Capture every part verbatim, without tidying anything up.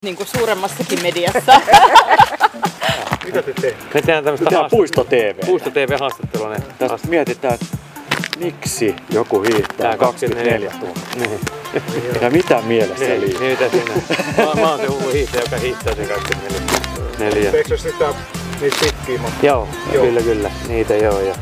Niin kuin suuremmassakin mediassa. Mitä te teette? Me tehdään tämmöistä Tehdään Puisto T V. Puisto T V-haastattelua. Tästä mietitään, miksi joku hiihtää kaksikymmentäneljä tuntia. Niin. Ja mitä mielessä Niin, liikkuu? niin mitä siinä? Mä, mä oon se hullu hiihtäjä, joka hiihtää sen kaksikymmentäneljä. Eikö se sitä niitä pitkiä matkoja? Joo, joo, kyllä kyllä. Niitä joo. Ja.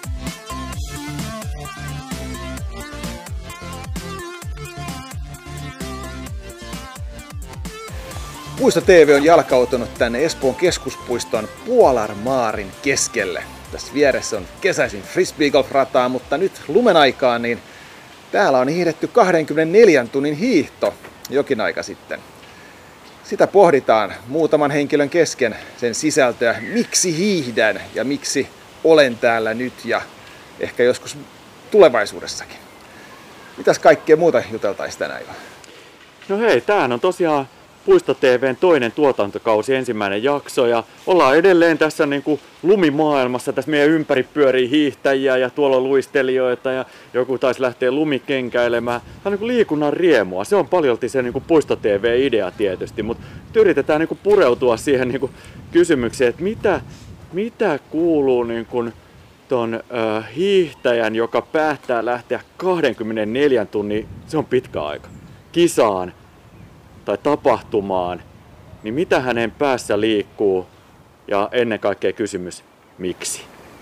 Puisto T V on jalkautunut tänne Espoon keskuspuiston Puolarmaarin keskelle. Tässä vieressä on kesäisin frisbeegolf-rataa, mutta nyt lumen aikaan niin täällä on hiihdetty kaksikymmentäneljän tunnin hiihto jokin aika sitten. Sitä pohditaan muutaman henkilön kesken sen sisältöä, miksi hiihdän ja miksi olen täällä nyt ja ehkä joskus tulevaisuudessakin. Mitäs kaikkea muuta juteltaisiin tänään jo? No hei, tämähän on tosiaan Puisto T V:n toinen tuotantokausi, ensimmäinen jakso, ja ollaan edelleen tässä niin kuin lumimaailmassa. Tässä meidän ympäri pyörii hiihtäjiä ja tuolla on luistelijoita ja joku taisi lähteä lumikenkäilemään. Tämä on niin kuin liikunnan riemua. Se on paljolti se niin kuin Puisto T V-idea tietysti, mutta yritetään niin kuin pureutua siihen niin kuin kysymykseen, että mitä, mitä kuuluu niin kuin ton äh, hiihtäjän, joka päättää lähteä kaksikymmentäneljän tunnin, se on pitkä aika, kisaan tai tapahtumaan, niin mitä hänen päässä liikkuu ja ennen kaikkea kysymys, miksi?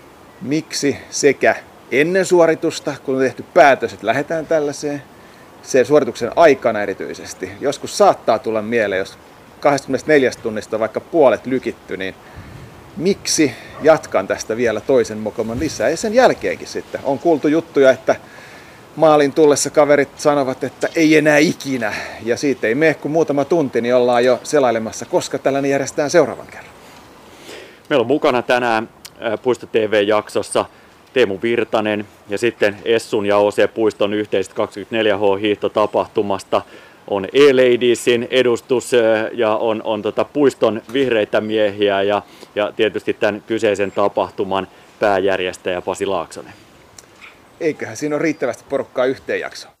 Miksi sekä ennen suoritusta, kun on tehty päätös, että lähdetään tällaiseen, sen suorituksen aikana erityisesti. Joskus saattaa tulla mieleen, jos kaksikymmentäneljä tunnista on vaikka puolet lykitty, niin miksi jatkan tästä vielä toisen mokoman lisää? Ja sen jälkeenkin sitten on kuultu juttuja, että maalin tullessa kaverit sanovat, että ei enää ikinä. Ja siitä ei mene kuin muutama tunti, niin ollaan jo selailemassa, koska tällainen järjestetään seuraavan kerran. Meillä on mukana tänään Puisto T V-jaksossa Teemu Virtanen ja sitten Essun ja O C-puiston yhteisestä kaksikymmentäneljä H-hiihtotapahtumasta on E-Ladiesin edustus ja on, on tota puiston vihreitä miehiä ja, ja tietysti tämän kyseisen tapahtuman pääjärjestäjä Pasi Laaksonen. Eiköhän siinä ole riittävästi porukkaa yhteen jaksoon.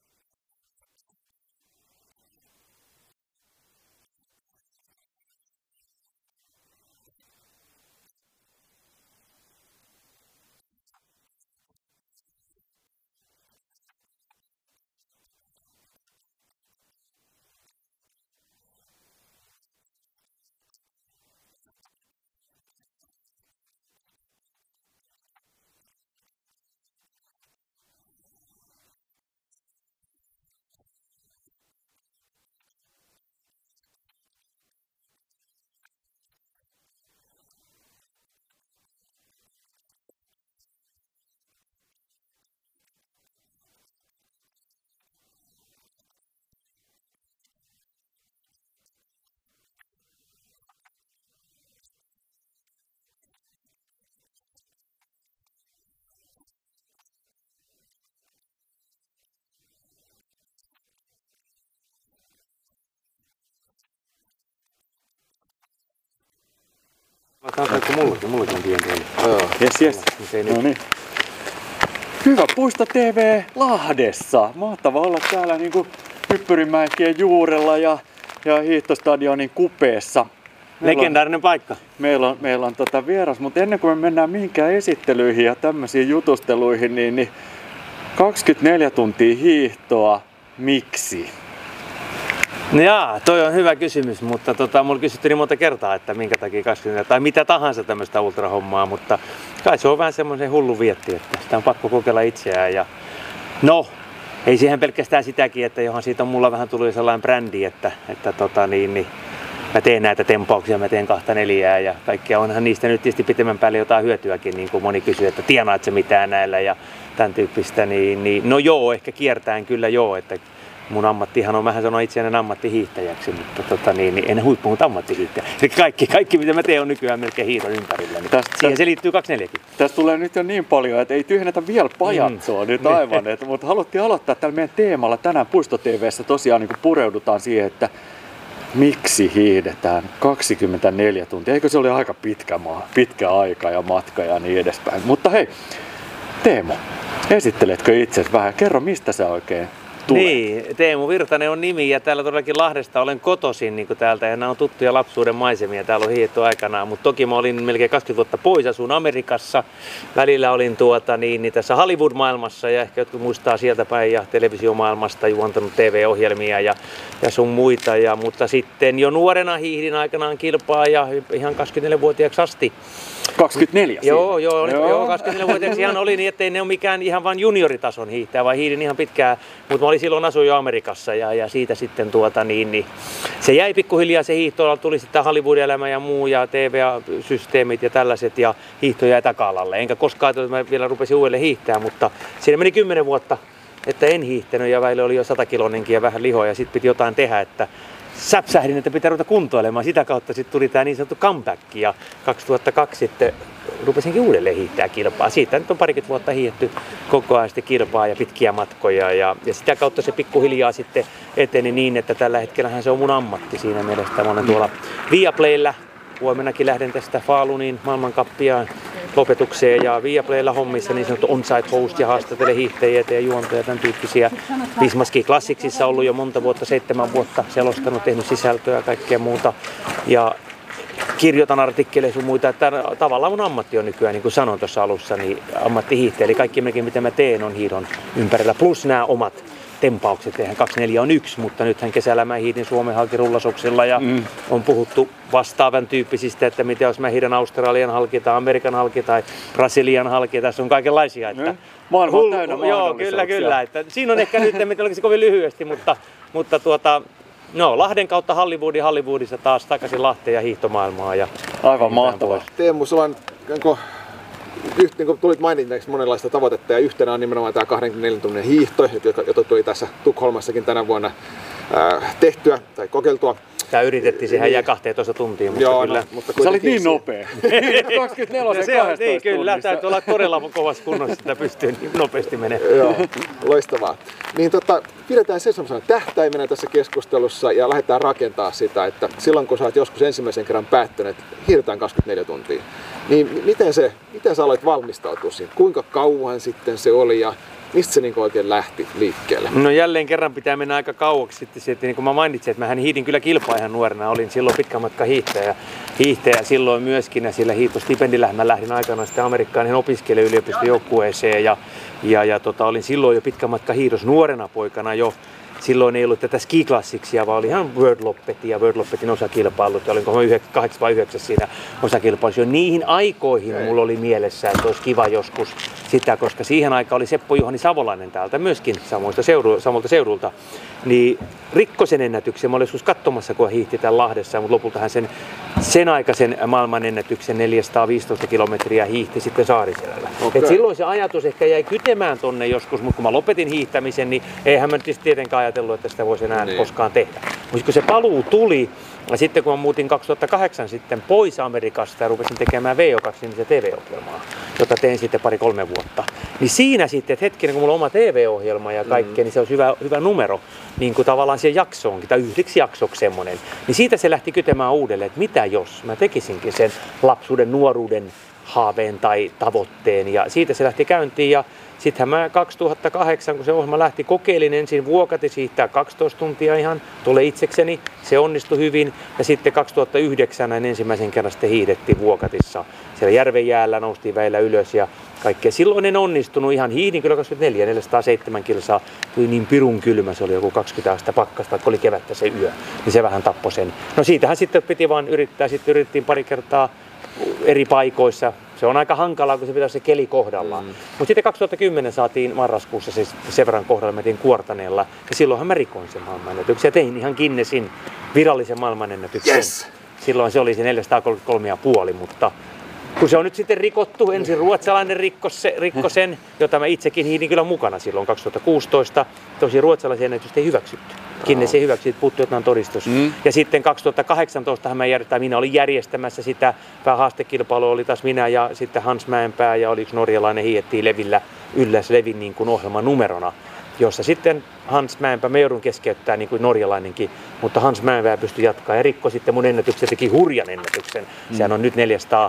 Tämä on mullakin, mullakin on pieni eli. Joo. Yes, yes. No niin. Hyvä Puisto T V Lahdessa. Mahtava olla täällä niin kuin Hyppyrimäkien juurella ja, ja hiihtostadionin kupeessa. Meillä legendaarinen on, paikka. Meillä on, meillä on tota vieras, mutta ennen kuin me mennään mihinkään esittelyihin ja tämmöisiin jutusteluihin, niin, niin kaksikymmentäneljä tuntia hiihtoa, miksi? No jaa, toi on hyvä kysymys, mutta tota, mulla kysyttiin niin monta kertaa, että minkä takia kaksikymmentä tai mitä tahansa tämmöistä ultrahommaa, mutta kai se on vähän semmoisen hullu vietti, että sitä on pakko kokeilla itseään ja no, ei siihen pelkästään sitäkin, että johon siitä on mulla vähän tullut sellainen brändi, että, että tota niin, niin mä teen näitä tempauksia, mä teen kahta neljää ja kaikkea onhan niistä nyt tietysti pitemmän päälle jotain hyötyäkin, niin kuin moni kysyy, että tienaat sä mitään näillä ja tämän tyyppistä, niin, niin no joo, ehkä kiertäen kyllä joo, että mun ammattihan on, mähän sanon itseäni ammattihiihtäjäksi, mutta tota, niin, niin en huippu, mutta ammattihiihtäjä. Eli kaikki, kaikki mitä mä teen on nykyään melkein hiihdon ympärillä. Niin tästä, siihen se liittyy kaksikymmentäneljäkin. Tästä tulee nyt jo niin paljon, että ei tyhjennetä vielä pajatsoa mm. nyt aivan. Et, mutta haluttiin aloittaa tällä meidän teemalla tänään Puisto T V:ssä tosiaan niin kuin pureudutaan siihen, että miksi hiihdetään kaksikymmentäneljä tuntia. Eikö se ole aika pitkä, maa, pitkä aika ja matka ja niin edespäin. Mutta hei, Teemu, esitteletkö itsesi vähän? Kerro, mistä sä oikein tulee. Niin, Teemu Virtanen on nimi ja täällä todellakin Lahdesta olen kotoisin niin kuin täältä ja nämä on tuttuja lapsuuden maisemia. Täällä on hiihetty aikanaan, mutta toki mä olin melkein kaksikymmentä vuotta pois, asun Amerikassa. Välillä olin tuota, niin, niin tässä Hollywood-maailmassa ja ehkä jotkut muistaa sieltä päin ja televisiomaailmasta juontanut T V-ohjelmia ja, ja sun muita. Ja, mutta sitten jo nuorena hiihdin aikanaan kilpaa ja ihan kaksikymmentäneljävuotiaaksi asti. kaksikymmentäneljä Joo, joo, oli, joo. joo kaksikymmentäneljävuotiaaksi ihan oli niin, ettei ne ole mikään ihan vain junioritason hiihtäjä, vaan hiidin ihan pitkään. Mutta mä olin silloin asuin jo Amerikassa ja, ja siitä sitten tuota niin, niin se jäi pikkuhiljaa se hiihto, tuli sitten Hollywood-elämä ja muu ja T V-systeemit ja tällaiset ja hiihto jäi taka-alalle. Enkä koskaan ajatellut, että mä vielä rupesin uudelleen hiihtää, mutta siinä meni kymmenen vuotta, että en hiihtänyt ja väille oli jo satakiloinenkin ja vähän lihoa ja sitten piti jotain tehdä, että säpsähdin, että pitää ruveta kuntoilemaan. Sitä kautta sitten tuli tämä niin sanottu comeback ja kaksituhattakaksi sitten rupesinkin uudelleen hiihtää kilpaa. Siitä nyt on parikymmentä vuotta hiihetty koko ajan sitten kilpaa ja pitkiä matkoja ja, ja sitä kautta se pikkuhiljaa sitten eteni niin, että tällä hetkellähän se on mun ammatti siinä mielessä. Mä olen tuolla Viaplaylla. Huomennakin lähden tästä Falunin maailmankappia lopetukseen ja Viaplaylla hommissa niin sanottu on-site host ja haastattelen hiihtäjiä ja juontoja tämän tyyppisiä. Vismaski Classicsissa ollut jo monta vuotta, seitsemän vuotta selostanut, tehnyt sisältöä ja kaikkea muuta. Ja kirjoitan artikkeleja sun muita, että tavallaan mun ammatti on nykyään, niin kuin sanoin tuossa alussa, niin ammattihiihtäjä. Eli kaikki melkein mitä mä teen on hiidon ympärillä, plus nämä omat tempaukset. Eihän kaksikymmentäneljä on yksi, mutta nythän kesällä mä hiidin Suomen halki rullasuksilla ja mm. on puhuttu vastaavan tyyppisistä, että mitä jos mä hiidän Australian halki tai Amerikan halki tai Brasilian halki. Tässä on kaikenlaisia. Että maailma on täynnä mahdollisuuksia. Joo, kyllä, kyllä. Että siinä on ehkä nyt, mitä olisi kovin lyhyesti, mutta, mutta tuota, no, Lahden kautta Hollywoodin, Hollywoodissa taas takaisin Lahteen ja hiihtomaailmaa. Ja aivan mahtavaa. Teemu, sulla on, onko, yht, niin kuin tulit maininneeksi monenlaista tavoitetta ja yhtenä on nimenomaan tämä kaksikymmentäneljän tunnin hiihto, jota tuli tässä Tukholmassakin tänä vuonna äh, tehtyä tai kokeiltua. Tämä yritettiin, sehän jää kaksitoista tuntia, mutta joo, kyllä. No, mutta sä olit niin nopea. kaksikymmentäneljä se on, niin, kyllä, täytyy olla todella kovassa kunnossa, että pystyy niin nopeasti menemään. Joo, loistavaa. Niin tota, pidetään se semmoisena tähtäimenä tässä keskustelussa ja lähdetään rakentaa sitä, että silloin kun sä oot joskus ensimmäisen kerran päättänyt, että hiihdetään kaksikymmentäneljä tuntia, niin miten, se, miten sä aloit valmistautua siihen? Kuinka kauan sitten se oli ja mistä se niin oikein lähti liikkeelle? No jälleen kerran pitää mennä aika kauaksi sitten, että niin kuin mä mainitsin, että mähän hiidin kyllä kilpaa ihan nuorena. Olin silloin pitkä matka hiihtäjä, hiihtäjä silloin myöskin ja sillä hiihtostipendillä mä lähdin aikanaan sitten Amerikkaan opiskelemaan yliopistojoukkueeseen ja, ja, ja tota, olin silloin jo pitkä matka hiidos nuorena poikana jo. Silloin ei ollut tätä ski-klassiksia, vaan oli ihan World Loppetin ja World Loppetin osakilpailut. Ja olinko mä kahdeksan vai yhdeksän siinä osakilpailussa. Jo niihin aikoihin mulla oli mielessä, että olisi kiva joskus sitä, koska siihen aikaan oli Seppo-Juhani Savolainen täältä myöskin samoilta seudu, samalta seudulta. Niin rikko sen ennätyksen. Mä olin joskus katsomassa, kun hiihti täällä Lahdessa, mutta lopultahan sen, sen aikaisen maailmanennätyksen neljäsataaviisitoista kilometriä hiihti sitten Saariselällä. Okay. Et silloin se ajatus ehkä jäi kytemään tonne joskus, mutta kun mä lopetin hiihtämisen, niin eihän mä nyt tietenkään ajatellut, että sitä voisi enää niin. koskaan tehdä. Mutta kun se paluu tuli, ja sitten kun mä muutin kaksituhattakahdeksan sitten pois Amerikasta ja rupesin tekemään V O kaksi-nimistä T V-ohjelmaa, jota tein sitten pari-kolme vuotta, niin siinä sitten, että hetkinen, kun mulla on oma T V-ohjelma ja kaikkea, mm. niin se olisi hyvä, hyvä numero, niin kuin tavallaan siihen jaksoonkin, tai yhdeksi jaksoksi semmoinen, niin siitä se lähti kytemään uudelleen, että mitä jos mä tekisinkin sen lapsuuden, nuoruuden haaveen tai tavoitteen, ja siitä se lähti käyntiin, ja sittenhän mä kaksituhattakahdeksan, kun se ohjelma lähti, kokeilin ensin Vuokatissa hiihtää kaksitoista tuntia ihan, tulee itsekseni, se onnistui hyvin, ja sitten kaksituhattayhdeksän näin ensimmäisen kerran sitten hiihdettiin Vuokatissa. Siellä järven jäällä noustiin väillä ylös ja kaikkea. Silloin en onnistunut ihan, hiihdin kyllä kaksikymmentäneljä, neljäsataaseitsemän kilsaa, tuli niin pirun kylmä, se oli joku kaksikymmentä astetta pakkasta, vaikka oli kevättä se yö, niin se vähän tappoi sen. No siitähän sitten piti vaan yrittää, sitten yritettiin pari kertaa eri paikoissa. Se on aika hankalaa, kun se pitää se keli kohdallaan. Mm. Mutta sitten kaksituhattakymmenen saatiin marraskuussa siis sen verran kohdalla, mä tein Kuortaneella. Ja silloinhan mä rikoin sen maailmanennätyksen. Ja tein ihan Guinnessin virallisen maailmanennätyksen. Yes. Silloin se oli se neljäsataakolmekymmentäkolme pilkku viisi, mutta kun se on nyt sitten rikottu, ensin ruotsalainen rikko, se, rikko sen, jota mä itsekin hiidin kyllä mukana silloin kaksituhattakuusitoista. Tosin ruotsalaisia ennätystä ei hyväksytty. Guinness ei hyväksytty, puuttui jotain todistus. Mm. Ja sitten kaksituhattakahdeksantoista mä, järjestää, minä olin järjestämässä sitä haastekilpailua, oli taas minä ja sitten Hans Mäenpää ja oli yksi norjalainen, hiihettiin Levillä ylläs Levin niin kuin ohjelman numerona, jossa sitten Hans Mäenpää, me joudun keskeyttää niin kuin norjalainenkin, mutta Hans Mäenpää pystyi jatkaa ja rikko sitten mun ennätyksen, teki hurjan ennätyksen. Mm. Sehän on nyt neljäsataa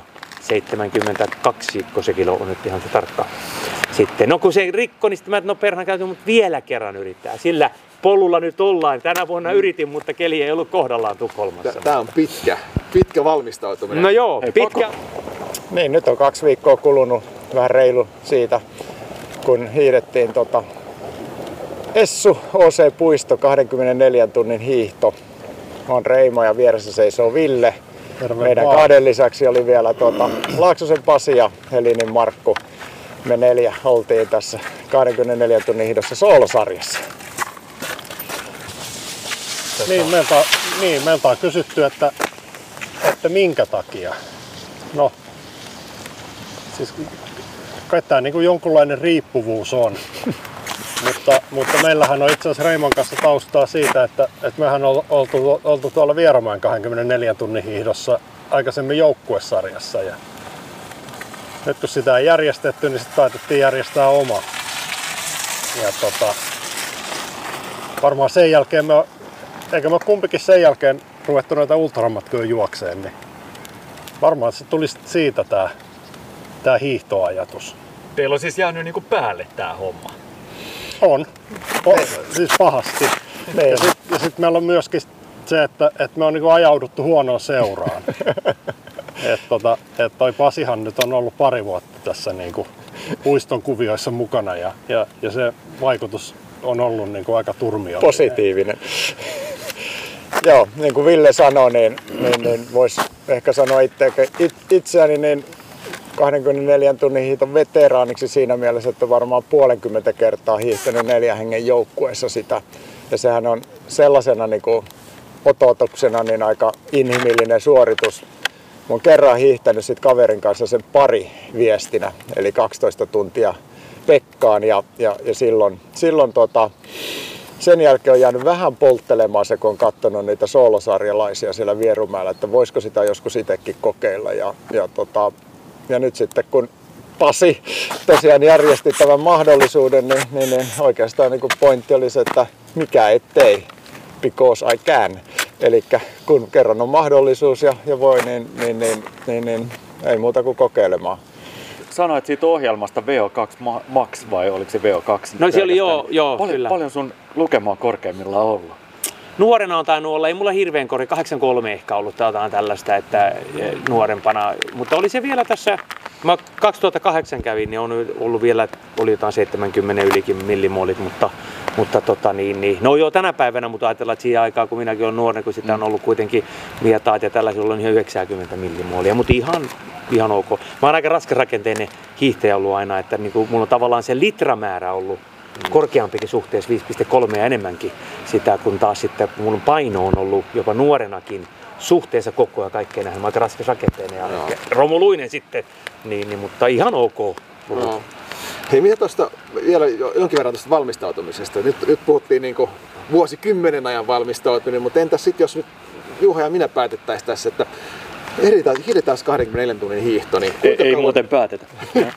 seitsemänkymmentäkaksi se kilo on nyt ihan se tarkka. Sitten, no kun se rikko, niin sitten mä, no perhana käyty, mutta vielä kerran yrittää. Sillä polulla nyt ollaan. Tänä vuonna mm. yritin, mutta keli ei ollut kohdallaan Tukholmassa. Tää on pitkä, pitkä valmistautuminen. No joo, Hei, pitkä. Niin, nyt on kaksi viikkoa kulunut, vähän reilu siitä, kun hiihdettiin tota Essu O C-puisto, kaksikymmentäneljän tunnin hiihto. On Reimo ja vieressä seisoo Ville. Terve Meidän vaan. Kahden lisäksi oli vielä tuota, Laaksosen Pasi ja Helinin Markku. Me neljä oltiin tässä kaksikymmentäneljän tunnin hiihdossa soolosarjassa. Niin meiltä, niin, meiltä on kysytty, että, että minkä takia. No, siis kai tämä niin kuin jonkunlainen riippuvuus on. mutta, mutta meillähän on itse asiassa Reimon kanssa taustaa siitä, että, että mehän on oltu, oltu tuolla Vieromäen kaksikymmentäneljän tunnin hiihdossa aikaisemmin joukkuesarjassa. Ja nyt kun sitä ei järjestetty, niin sitten päätettiin järjestää oma. Ja tota, varmaan sen jälkeen me, eikä me kumpikin sen jälkeen ruvettu noita ultramatkoja juokseen, niin varmaan se tuli siitä tää, tää hiihtoajatus. Teillä on siis jäänyt niinku päälle tää homma. On. on siis pahasti. Ja sitten sit meillä on myöskin se, että, että me on niinku ajauduttu huonoon seuraan. Että tota, et toi Pasihan nyt on ollut pari vuotta tässä niinku puiston kuvioissa mukana ja, ja, ja se vaikutus on ollut niinku aika turmiollinen. Positiivinen. Joo, niin kuin Ville sanoi, niin, niin, niin voisi ehkä sanoa itse, it, itseäni niin kaksikymmentäneljän tunnin hiiton veteraaniksi siinä mielessä, että varmaan puolenkymmentä kertaa hiihtänyt neljän hengen joukkueessa sitä. Ja sehän on sellaisena niin kuin ototuksena niin aika inhimillinen suoritus. Mä oon kerran hiihtänyt sit kaverin kanssa sen pari viestinä, eli kaksitoista tuntia Pekkaan ja, ja, ja silloin, silloin tota, sen jälkeen on jäänyt vähän polttelemaan se, kun on katsonut niitä soolosarjalaisia siellä Vierumäellä, että voisiko sitä joskus itsekin kokeilla. Ja, ja, tota, ja nyt sitten kun Pasi tosiaan järjesti tämän mahdollisuuden, niin, niin, niin oikeastaan niin pointti oli se, että mikä ettei, because I can. Eli kun kerran on mahdollisuus ja, ja voi, niin, niin, niin, niin, niin ei muuta kuin kokeilemaan. Sanoit siitä ohjelmasta V O kaksi Max vai oliko se V O kaksi? No se oli joo, joo Pal- kyllä. Paljon sun lukemaa korkeimmillaan ollut? Nuorena on tainnut olla, ei mulla hirveän korkea, kahdeksankymmentäkolme ehkä ollut jotain tällaista, että nuorempana. Mutta oli se vielä tässä, mä kaksituhattakahdeksan kävin, niin on ollut vielä, oli jotain seitsemänkymmentä ylikin millimolit, mutta Mutta tota niin, niin, no joo tänä päivänä, mutta ajatellaan, että siihen aikaan kun minäkin olen nuori, kun sitä on ollut kuitenkin vietaat ja tällaisilla on ihan yhdeksänkymmentä millimoolia, mutta ihan, ihan ok. Mä oon aika raskarakenteinen hiihtäjä ollut aina, että niin kuin, mulla on tavallaan se litramäärä ollut korkeampikin suhteessa viisi pilkku kolme ja enemmänkin sitä, kun taas sitten mun paino on ollut jopa nuorenakin suhteessa koko ajan kaikkeen nähden. Mä oon aika raskarakenteinen ja no. romuluinen sitten, niin, niin, mutta ihan ok. No. Hei, mitä tuosta vielä jonkin verran tuosta valmistautumisesta? Nyt, nyt puhuttiin niin kuin vuosikymmenen ajan valmistautuminen, mutta entäs sitten jos nyt Juha ja minä päätettäisiin tässä, että hiidetään kaksikymmentäneljän tunnin hiihto, niin ei, ei muuten päätetä.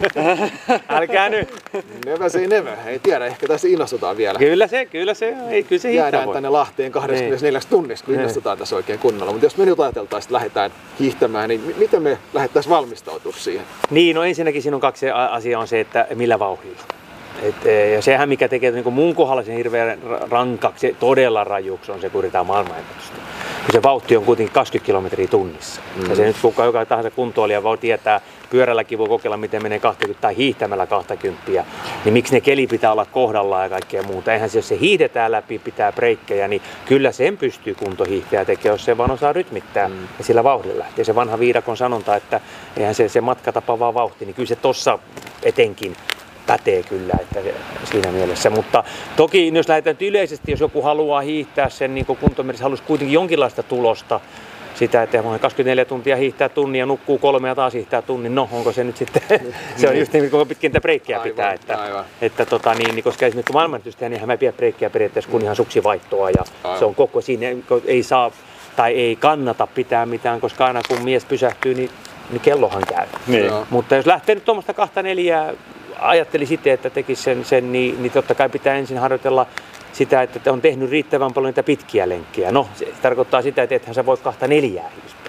Älkää nyt. Never say never. Ei tiedä, ehkä tässä innostutaan vielä. Kyllä se, kyllä se, ei, kyllä se jäädään voi. Tänne Lahteen kaksikymmentäneljä tunnissa, kun innostutaan tässä oikein kunnolla. Mutta jos me nyt ajateltaisiin, että lähdetään hiihtämään, niin miten me lähdettäisiin valmistautumaan siihen? Niin, no ensinnäkin siinä on kaksi asiaa on se, että millä vauhdilla. Et, ja sehän mikä tekee niin mun kohdalla sen hirveän rankaksi, todella rajuksi on se, kun yritetään maailmanennätystä. Se vauhti on kuitenkin kaksikymmentä kilometriä tunnissa. Mm. Ja se nyt kuka joka tahansa kuntoilija voi tietää, pyörälläkin voi kokeilla miten menee kaksikymmentä tai hiihtämällä kaksikymmentä. Niin miksi ne keli pitää olla kohdallaan ja kaikkea muuta. Eihän se, jos se hiihdetään läpi, pitää breikkejä, niin kyllä sen pystyy kuntohiihtäjä tekemään, jos se vaan osaa rytmittää mm. ja sillä vauhdilla lähtee. Se vanha viidakon sanonta, että eihän se, se matka tapa vaan vauhti, niin kyllä se tossa etenkin pätee kyllä, että siinä mielessä. Mutta toki jos lähdetään yleisesti, jos joku haluaa hiihtää sen niin kuntomielessä, haluaisi kuitenkin jonkinlaista tulosta, sitä, että kaksikymmentäneljä tuntia hiihtää tunnin ja nukkuu kolme ja taas hiihtää tunnin, no onko se nyt sitten, se on just niin kuin pitkin niitä breikkejä pitää, että, että tota, niin, niin, koska esimerkiksi maailmanennätystä, niin mä pidän breikkejä periaatteessa kun ihan suksivaihtoa ja aivan. Se on koko siinä, ei saa tai ei kannata pitää mitään, koska aina kun mies pysähtyy, niin, niin kellohan käy. Niin. Mutta jos lähtee nyt tuommoista kahta neljää, ajatteli sitten, että tekisi sen, sen niin, niin totta kai pitää ensin harjoitella sitä, että on tehnyt riittävän paljon niitä pitkiä lenkkejä. No, se tarkoittaa sitä, että ethän sä voi kahta neljää hiihtää.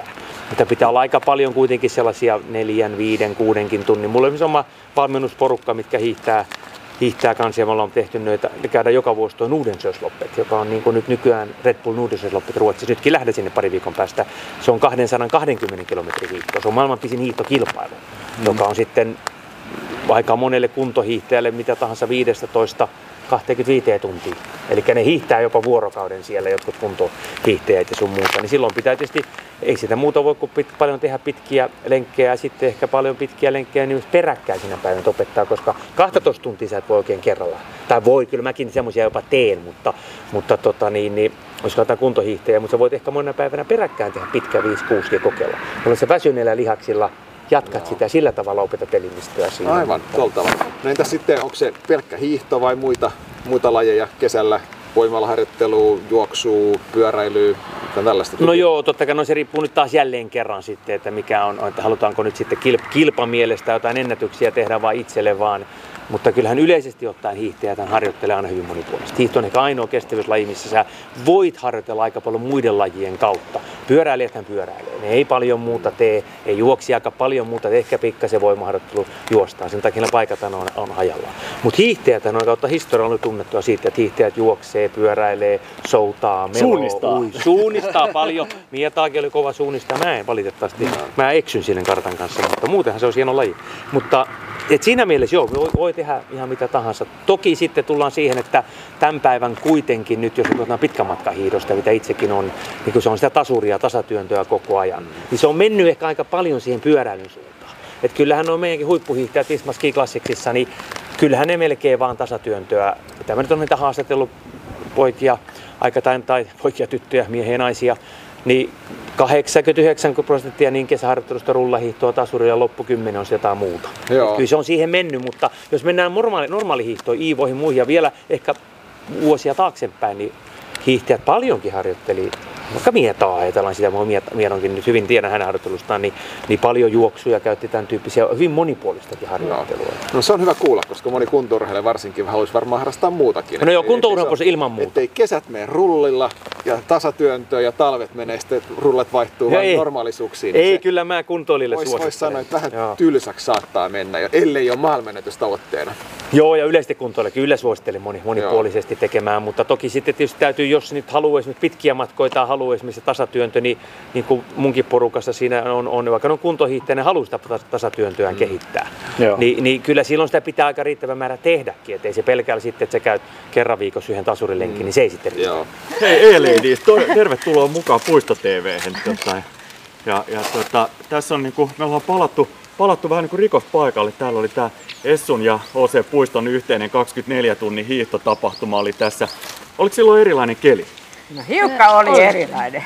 Mutta pitää olla aika paljon kuitenkin sellaisia neljän, viiden, kuudenkin tunnin. Mulla on myös oma valmennusporukka, mitkä hiihtää, hiihtää kanssa. Ja me ollaan tehty noita, käydään joka vuosi tuo Nordensjösloppet, joka on niin kuin nyt nykyään Red Bull Nordensjösloppet Ruotsissa. Nytkin lähden sinne pari viikon päästä. Se on kaksisataakaksikymmentä kilometrin hiihto. Se on maailman pisin hiihtokilpailu, mm. joka on sitten aika monelle kuntohiihtäjälle mitä tahansa viisitoista kaksikymmentäviisi tuntia. Eli ne hiihtää jopa vuorokauden siellä, jotkut kuntohiihtäjät ja sun muuta. Niin silloin pitää tietysti, ei sitä muuta voi kuin pit, paljon tehdä pitkiä lenkkejä ja sitten ehkä paljon pitkiä lenkkejä niin peräkkäin siinä päivänä opettaa, koska kaksitoista tuntia sä et voi oikein kerralla. Tai voi, kyllä mäkin semmoisia jopa teen, mutta, mutta tota niin, niin jos katsotaan kuntohiihtäjä, mutta sä voit ehkä monena päivänä peräkkäin tehdä pitkä viisi kuusi kokeilla. Mulla se väsyneillä lihaksilla jatkat sitä ja sillä tavalla opetat elimistöä siinä. Aivan, tuolla tavalla. No entäs sitten, onko se pelkkä hiihto vai muita, muita lajeja kesällä? Voimallaharjoittelua, juoksua, pyöräilyä tai tällaista? No joo, totta kai no se riippuu nyt taas jälleen kerran sitten, että mikä on, että halutaanko nyt sitten kilpamielestä jotain ennätyksiä tehdä vai itselle vaan. Mutta kyllähän yleisesti ottaen hiihtäjät harjoittelee aina hyvin monipuolisesti. Hiihto on ehkä ainoa kestävyyslaji, missä sä voit harjoitella aika paljon muiden lajien kautta. Pyöräilijäthän pyöräilee. Ne ei paljon muuta tee, ei juoksi aika paljon muuta, ehkä pikkasen voimaharjoittelu juostaan. Sen takia ne paikat on, on hajallaan. Mutta hiihtäjät on kautta historialla on tunnettua siitä, että hiihtäjät juoksee, pyöräilee, soutaa, meloo, suunnistaa. Ui, suunnistaa paljon. Mietaakin oli kova suunnistaa. Mä en valitettavasti. Mä eksyn siinä kartan kanssa, mutta muutenhan se on hieno laji. Mutta et siinä mielessä joo, voi, voi tehdä ihan mitä tahansa. Toki sitten tullaan siihen, että tämän päivän kuitenkin nyt, jos puhutaan pitkän matkan hiihdosta, mitä itsekin on, niin kun se on sitä tasuria, tasatyöntöä koko ajan, niin se on mennyt ehkä aika paljon siihen pyöräilyn suuntaan. Et kyllähän on meidänkin huippuhiihtäjät Visma Ski Classicsissa, niin kyllähän ne melkein vaan tasatyöntöä. Mitä mä nyt on niitä haastatellut poikia, aika tai, tai poikia, tyttöjä, miehiä ja naisia, niin kahdeksankymmentäyhdeksän prosenttia niin kesäharjoittelusta rullahiihtoa, tasurilla ja loppukymmenen on jotain muuta. Kyllä se on siihen mennyt, mutta jos mennään normaali, normaalihiihtoon, Iivoihin, muihin ja vielä ehkä vuosia taaksepäin, niin hiihtäjät paljonkin harjoitteli. Vaikka Mietaa ajatellaan sitä, Mietonkin nyt hyvin tiedän hänen harjoittelustaan, niin, niin paljon juoksuja käytti tämän tyyppisiä, hyvin monipuolistakin harjoittelua. No, no se on hyvä kuulla, koska moni kuntourheilija varsinkin haluaisi varmaan harrastaa muutakin. No joo, kuntourheilussa ilman muuta. Ettei kesät mene rullilla ja tasatyöntöä ja talvet menee, sitten rullat vaihtuu vain normaalisuuksiin. Ei, niin kyllä mä kuntoilille suosittelen. Voisi sanoa, että vähän joo. tylsäksi saattaa mennä, ellei ole maailmanennätys tavoitteena. Joo, ja yleisesti kuntoille kyllä suosittelen moni, monipuolisesti joo. tekemään, mutta toki sitten tietysti täytyy, jos nyt haluaa esimerkiksi pitkiä matkoja tai haluaa esimerkiksi tasatyöntö, niin, niin kuin munkin porukassa siinä on, on vaikka on kuntohiihtäjä, haluaa sitä tasatyöntöään mm. kehittää. Ni, niin kyllä silloin sitä pitää aika riittävä määrä tehdäkin, ettei se pelkällä sitten, että sä käyt kerran viikossa yhden tasurilenkin, mm. niin se ei sitten riitä. Hei E-Ladies, tervetuloa mukaan Puisto T V:hen. Tota, ja, ja tota, tässä on niinku, me ollaan palattu, palattu vähän niin kuin rikospaikalle. Täällä oli tää Essun ja O C-puiston yhteinen kaksikymmentäneljä tunnin hiihtotapahtuma oli tässä. Oliko silloin erilainen keli? No hiukka oli, oli erilainen.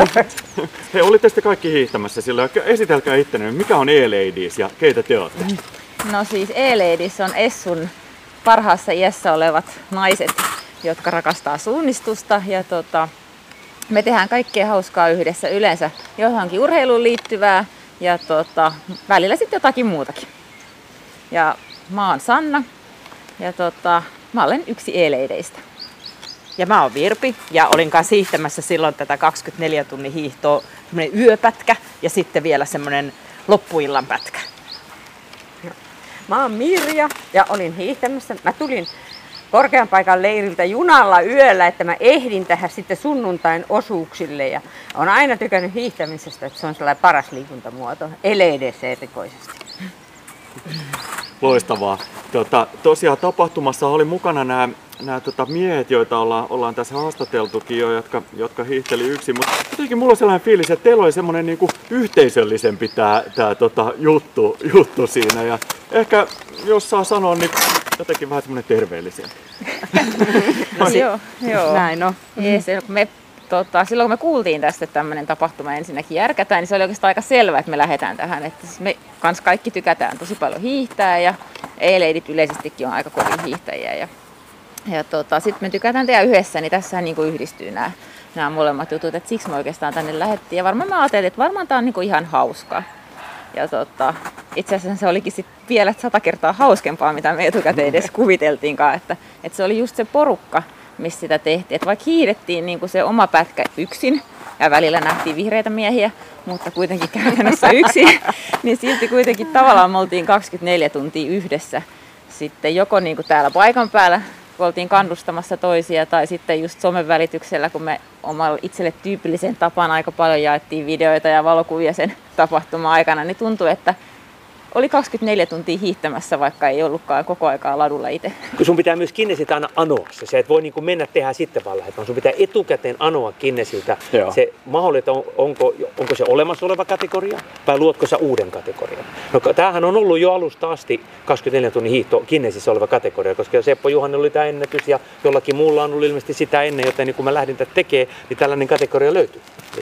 Hei, olitte sitten kaikki hiihtämässä silloin. Esitelkää ittenne, mikä on E-Ladies ja keitä te olette? No siis E-Ladies on Essun parhaassa iässä olevat naiset, jotka rakastaa suunnistusta. Ja tota, me tehdään kaikkea hauskaa yhdessä, yleensä johonkin urheiluun liittyvää ja tota, välillä sitten jotakin muutakin. Ja mä oon Sanna ja tota, mä olen yksi E-Ladeista. Ja mä oon Virpi ja olin kanssa hiihtämässä silloin tätä kaksikymmentäneljä tunnin hiihtoa, semmoinen yöpätkä ja sitten vielä semmoinen loppuillan pätkä. Mä oon Mirja ja olin hiihtämässä. Mä tulin korkean paikan leiriltä junalla yöllä, että mä ehdin tähän sitten sunnuntain osuuksille. Ja on aina tykännyt hiihtämisestä, että se on sellainen paras liikuntamuoto, L E D C erikoisesti. Loistavaa. Tota, tosiaan tapahtumassa oli mukana nämä nämä tota, miehet, joita ollaan, ollaan tässä haastateltukin jo, jotka, jotka hiihteli yksin, mutta jotenkin mulla on sellainen fiilis, että teillä oli semmoinen niinku yhteisöllisempi tää, tää tota, juttu, juttu siinä ja ehkä jos saa sanoa, niin jotenkin vähän semmoinen terveellisempi. No, joo, joo. Näin on. Jees, me, tota, silloin kun me kuultiin tästä, että tämmöinen tapahtuma ensinnäkin järkätään, niin se oli oikeastaan aika selvää, että me lähdetään tähän. Että me kans kaikki tykätään tosi paljon hiihtää ja E-Ladit yleisestikin on aika kovin hiihtäjiä. Ja Ja tota, sitten me tykätään tehdä yhdessä, niin tässä niinku yhdistyy nämä, nämä molemmat jutut, että siksi me oikeastaan tänne lähdettiin. Ja varmaan mä ajattelin, että varmaan tää on niinku ihan hauskaa. Ja tota, itse asiassa se olikin sit vielä sata kertaa hauskempaa, mitä me etukäteen edes kuviteltiinkaan, että, että se oli just se porukka, missä sitä tehtiin. Että vaikka hiidettiin niinku se oma pätkä yksin, ja välillä nähtiin vihreitä miehiä, mutta kuitenkin käytännössä yksi, niin silti kuitenkin tavallaan me oltiin kaksikymmentäneljä tuntia yhdessä. Sitten joko niin kuin täällä paikan päällä, kun oltiin kannustamassa toisia, tai sitten just somen välityksellä, kun me omalla itselle tyypillisen tapaan aika paljon jaettiin videoita ja valokuvia sen tapahtuman aikana, niin tuntui, että oli kaksikymmentäneljä tuntia hiihtämässä, vaikka ei ollutkaan koko aikaa ladulla itse. Kun sun pitää myös Kinnesiltä aina anoa se, se et voi niin kuin mennä tehdä sitten vaan lähet, vaan sun pitää etukäteen anoa Kinnesiltä se mahdollista, on, onko, onko se olemassa oleva kategoria vai luotko sä uuden kategorian. No tämähän on ollut jo alusta asti kaksikymmentäneljä tunnin hiihto Kinnesissä oleva kategoria, koska Seppo Juhani oli tämä ennätys ja jollakin muulla on ollut ilmeisesti sitä ennen, joten niin kun mä lähdin tätä tekemään, niin tällainen kategoria löytyy. Eli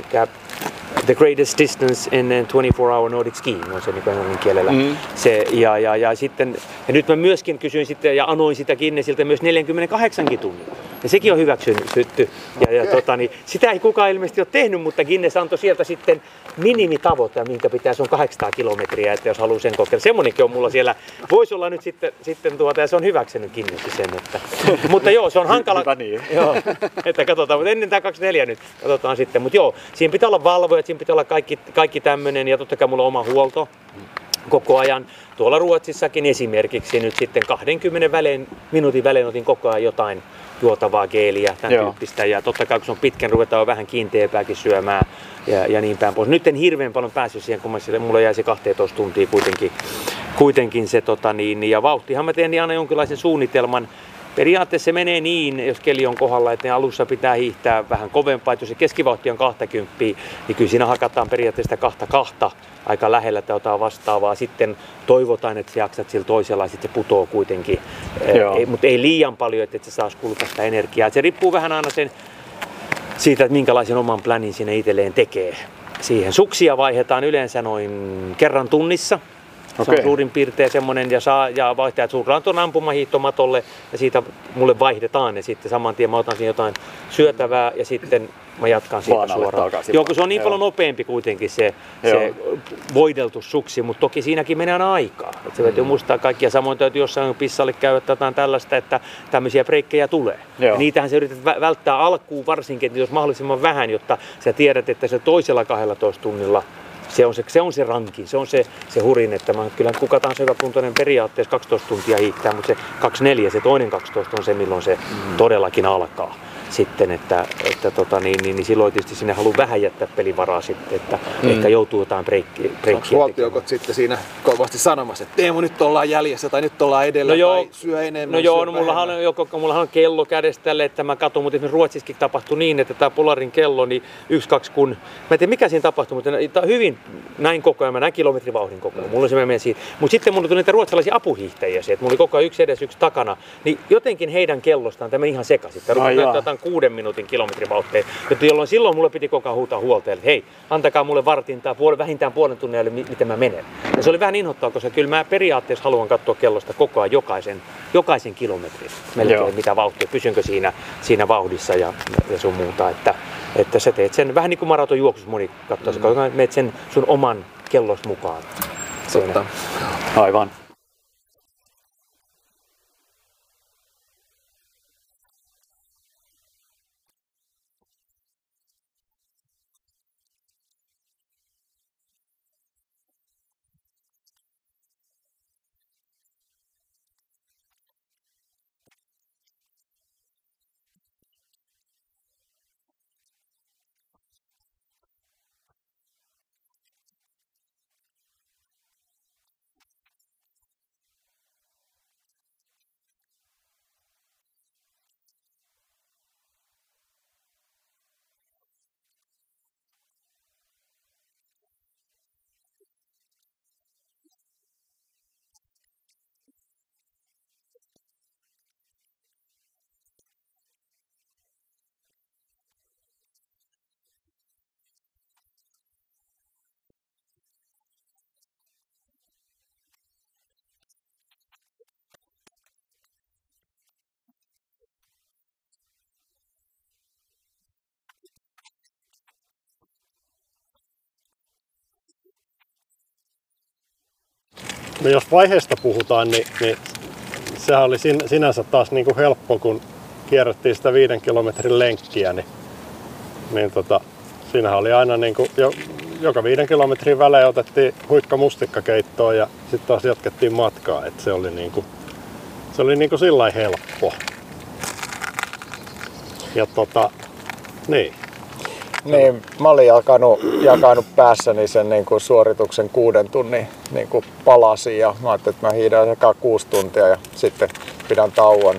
The Greatest Distance in twenty-four hour Nordic Skiing on se niin englannin kielellä. Mm. Se, ja, ja, ja, sitten, ja nyt mä myöskin kysyin sitten ja anoin sitä Kinnesiltä myös neljäkymmentäkahdeksan tunnin. Ja sekin on hyväksytty. Ja, ja, tota, niin, sitä ei kukaan ilmeisesti ole tehnyt, mutta Guinness antoi sieltä sitten minimitavoite, minkä pitäisi on kahdeksansataa kilometriä, että jos haluaa sen kokeilla. Semmoinenkin on mulla siellä. Voisi olla nyt sitten, sitten tuota, ja se on hyväksynyt Guinness sen. Että, mutta joo, se on hankala. Hyvä niin. Joo, että katsotaan, mutta ennen tämä kaksikymmentäneljä nyt katsotaan sitten. Mutta joo, siinä pitää olla valvojat, siinä pitää olla kaikki, kaikki tämmöinen ja totta kai mulla on oma huolto koko ajan. Tuolla Ruotsissakin esimerkiksi nyt sitten kaksikymmentä välein, minuutin välein otin koko ajan jotain juotavaa geeliä, tämän Joo. tyyppistä. Ja totta kai kun se on pitkän, ruvetaan vähän kiinteämpääkin syömään ja, ja niin päin pois. Nyt en hirveän paljon päässyt siihen, kun mä sille, mulla jäi se kaksitoista tuntia kuitenkin, kuitenkin se tota niin. Ja vauhtihan mä teen niin aina jonkinlaisen suunnitelman. Periaatteessa se menee niin, jos keli on kohdalla, että ne alussa pitää hiihtää vähän kovempaa. Että jos se keskivauhti on kaksikymmentä, niin kyllä siinä hakataan periaatteessa sitä kahta kahta aika lähellä tai jotain vastaavaa. Sitten toivotaan, että sä jaksat sillä toisella ja sitten se putoo kuitenkin. Ei, mutta ei liian paljon, että et sä saisi kuluttaa sitä energiaa. Et se riippuu vähän aina sen, siitä, että minkälaisen oman planin sinne itselleen tekee. Siihen suksia vaihdetaan yleensä noin kerran tunnissa. Se okay. on suurin piirtein semmoinen, ja, saa, ja vaihtajat suoraan tuon ampumahiihtomatolle, ja siitä mulle vaihdetaan, ja sitten saman tien mä otan siinä jotain syötävää, ja sitten mä jatkan siitä Vaan suoraan. Joo, kun se on niin Joo. paljon nopeampi kuitenkin se, se voideltu suksi, mutta toki siinäkin menee aina aikaa. Että se täytyy mm. muistaa kaikkia. Samoin täytyy jossain pissalle käydä jotain tällaista, että tämmöisiä breikkejä tulee. Ja niitähän sä yrität välttää alkuun varsinkin, että jos mahdollisimman vähän, jotta sä tiedät, että se toisella kahdellatoista tunnilla Se on se, se on se ranki, se on se, se hurin, että mä, kyllä kuka tahansa hyväkuntoinen periaatteessa kaksitoista tuntia hiihtää, mutta se kaksikymmentäneljä, se toinen kaksitoista on se, milloin se mm. todellakin alkaa. Sitten, että, että tota, niin, niin, niin silloin tietysti sinne haluaa vähän jättää pelivaraa sitten, että mm. ehkä joutuu jotain breikkiä. Onko huoltojoukot sitten siinä kovasti sanomassa, että Teemu nyt ollaan jäljessä tai nyt ollaan edellä no tai joo, syö enemmän? No joo, no mullahan, on, joko, mullahan on kello kädessä tälle, että mä katson, mutta esimerkiksi Ruotsissakin tapahtui niin, että tämä Polarin kello, niin yksi, kaksi kun, mä en tiedä mikä siinä tapahtui, mutta tämä hyvin näin koko ajan, mä näin kilometrivauhdin koko ajan, mulla on se mä menen siitä. Mutta sitten mulla tuli niitä ruotsalaisia apuhiihtäjiä, että mulla oli koko ajan yksi edes, yksi takana, niin jotenkin heidän kellostaan tämä ihan sekaisin. Kuuden minuutin kilometrivauhteen, jolloin silloin mulle piti koko ajan huutaa huoltajalle, että hei, antakaa mulle vartin tai puoli, vähintään puolen tunnin ajalle, miten mä menen. Ja se oli vähän inhottavaa, koska kyllä mä periaatteessa haluan katsoa kellosta koko ajan jokaisen, jokaisen kilometrin, melkein Joo. mitä vauhtia, pysynkö siinä, siinä vauhdissa ja, ja sun muuta. Että, että sä teet sen vähän niin kuin maratonjuoksussa moni katsoo, mm. että meet sen sun oman kellos mukaan. Totta. Aivan. No jos vaiheesta puhutaan, niin, niin sehän oli sin, sinänsä taas niin kuin helppo, kun kierrättiin sitä viiden kilometrin lenkkiä, niin, niin tota, siinähän oli aina niin kuin jo, joka viiden kilometrin välein otettiin huikka mustikkakeittoon ja sitten taas jatkettiin matkaa. Et se oli niin kuin, se oli niin kuin sillä helppo. Ja tota, niin. Niin, mä olin jakanut, jakanut päässäni sen niin kuin suorituksen kuuden tunnin niin kuin palasin ja mä ajattelin, että mä hiihdän sekä kuusi tuntia ja sitten pidän tauon.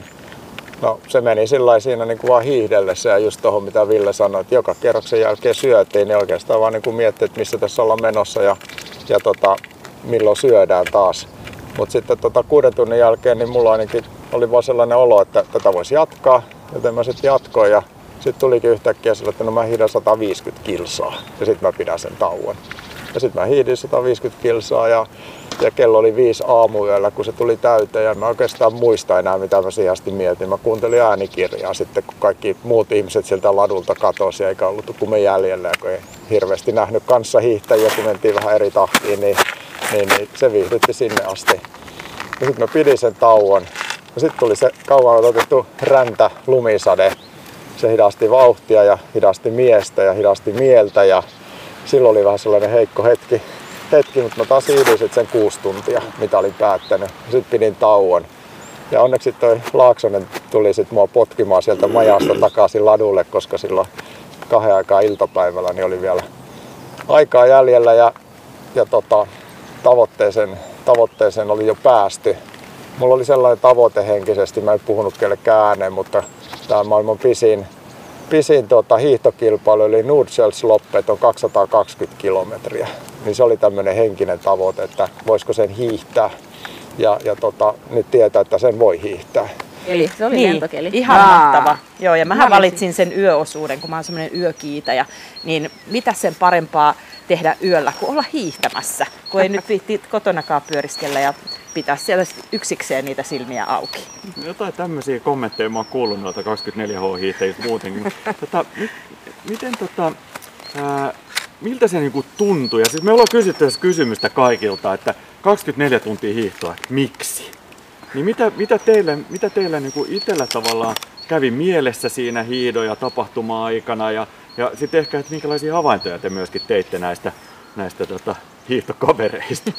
No se meni sillä siinä niin kuin vaan hiihdellessä ja just tuohon mitä Ville sanoi, että joka kerroksen jälkeen syötiin, niin oikeastaan vaan niin kuin miettii, että missä tässä ollaan menossa ja, ja tota, milloin syödään taas. Mutta sitten tota kuuden tunnin jälkeen niin mulla ainakin oli vaan sellainen olo, että tätä voisi jatkaa, joten mä sitten jatkoin ja sitten tulikin yhtäkkiä sillä, että no mä hiihdän sata viisikymmentä kilsaa ja sitten mä pidän sen tauon. Ja sitten mä hiihdin sata viisikymmentä kilsaa ja, ja kello oli viisi aamuyöllä, kun se tuli täyteen ja mä oikeastaan muista enää mitä mä siihen asti mietin. Mä kuuntelin äänikirjaa sitten, kun kaikki muut ihmiset sieltä ladulta katosi eikä ollut kuin me jäljellä. Ja kun ei hirveästi nähnyt kanssahiihtäjiä, kun mentiin vähän eri tahtiin, niin, niin, niin se viihdytti sinne asti. Ja sitten mä pidin sen tauon. Ja sitten tuli se kauan odotettu räntä lumisade. Se hidasti vauhtia ja hidasti miestä ja hidasti mieltä ja silloin oli vähän sellainen heikko hetki, hetki mutta mä taas hiihdin sen kuusi tuntia, mitä olin päättänyt. Sitten pidin tauon. Ja onneksi toi Laaksonen tuli sit mua potkimaan sieltä majasta takaisin ladulle, koska silloin kahden aikaa iltapäivällä niin oli vielä aikaa jäljellä ja, ja tota, tavoitteeseen, tavoitteeseen oli jo päästy. Mulla oli sellainen tavoite henkisesti, mä en puhunut kellekään ääneen, mutta tämä maailman pisin, pisin tuota, hiihtokilpailu eli Nordsjällospet on kaksisataakaksikymmentä kilometriä. Niin se oli tämmöinen henkinen tavoite, että voisiko sen hiihtää. Ja, ja tota, nyt tietää, että sen voi hiihtää. Eli se oli niin, lentokeli. Ihan Aa. mahtava. Joo, ja mähän Mä valitsin sen yöosuuden, kun mä oon semmoinen yökiitäjä. Niin mitä sen parempaa tehdä yöllä kuin olla hiihtämässä, kun ei nyt viitti kotonakaan pyöriskellä ja pitää siellä yksikseen niitä silmiä auki. Jotain tämmöisiä kommentteja mä oon kuullut noilta kaksikymmentäneljä H-hiihtäjiltä muutenkin. tota, mi- miten tota, ää, miltä se niinku tuntui? Ja siis me ollaan kysytty tässä kysymystä kaikilta, että kaksikymmentäneljä tuntia hiihtoa, että miksi? Niin mitä, mitä teillä, mitä teillä niinku itsellä tavallaan kävi mielessä siinä hiihdon ja tapahtuma-aikana ja, ja sitten ehkä, että minkälaisia havaintoja te myöskin teitte näistä, näistä tota, hiihtokavereista?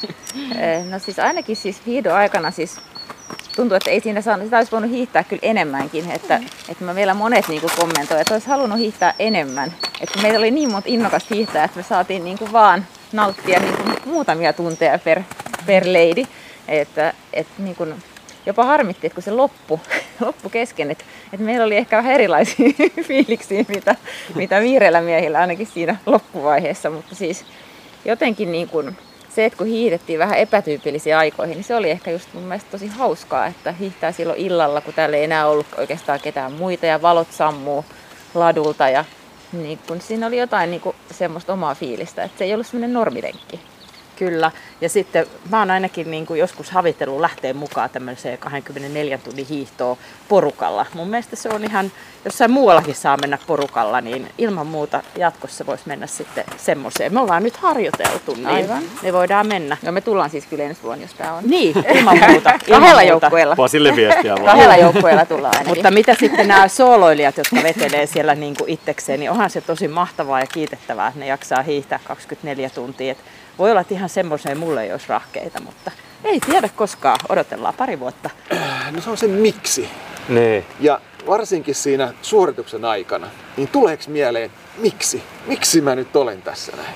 No siis ainakin siis hiihdon aikana siis tuntuu, että ei siinä saanut, sitä olisi voinut hiihtää kyllä enemmänkin, että, että mä vielä monet niin kuin kommentoivat, että olisi halunnut hiihtää enemmän. Että meillä oli niin monta innokasta hiihtää, että me saatiin niin kuin vaan nauttia niin kuin muutamia tunteja per, per lady. Että, että niin kuin jopa harmitti, että kun se loppu, loppu kesken, että, että meillä oli ehkä vähän erilaisia fiiliksiä, mitä, mitä viireillä miehillä ainakin siinä loppuvaiheessa, mutta siis jotenkin niin kuin se, että kun hiihdettiin vähän epätyypillisiin aikoihin, niin se oli ehkä just mun mielestä tosi hauskaa, että hiihtää silloin illalla, kun täällä ei enää ollut oikeastaan ketään muita ja valot sammuu ladulta ja niin kun siinä oli jotain niin kun semmoista omaa fiilistä, että se ei ollut semmoinen normilenkki. Kyllä. Ja sitten mä oon ainakin niin kuin joskus havitellut lähteä mukaan tämmöiseen kaksikymmentäneljä tunnin hiihtoon porukalla. Mun mielestä se on ihan, jossain muuallakin saa mennä porukalla, niin ilman muuta jatkossa voisi mennä sitten semmoiseen. Me ollaan nyt harjoiteltu, niin Aivan. me voidaan mennä. No me tullaan siis kyllä ensi vuonna, jos tää on. Niin, ilman muuta. ilman Kahdella muuta. joukkueella. Vaan sille viestiä vaan. Kahdella joukkueella tullaan ainakin. Mutta mitä sitten nämä sooloilijat, jotka vetelee siellä niin kuin itsekseen, niin onhan se tosi mahtavaa ja kiitettävää, että ne jaksaa hiihtää kaksikymmentäneljä tuntia. Et voi olla, että ihan semmoiseen mulle ei olisi rahkeita, mutta ei tiedä koskaan. Odotellaan pari vuotta. No se on se miksi. Nee. Ja varsinkin siinä suorituksen aikana, niin tuleeko mieleen miksi? Miksi mä nyt olen tässä näin?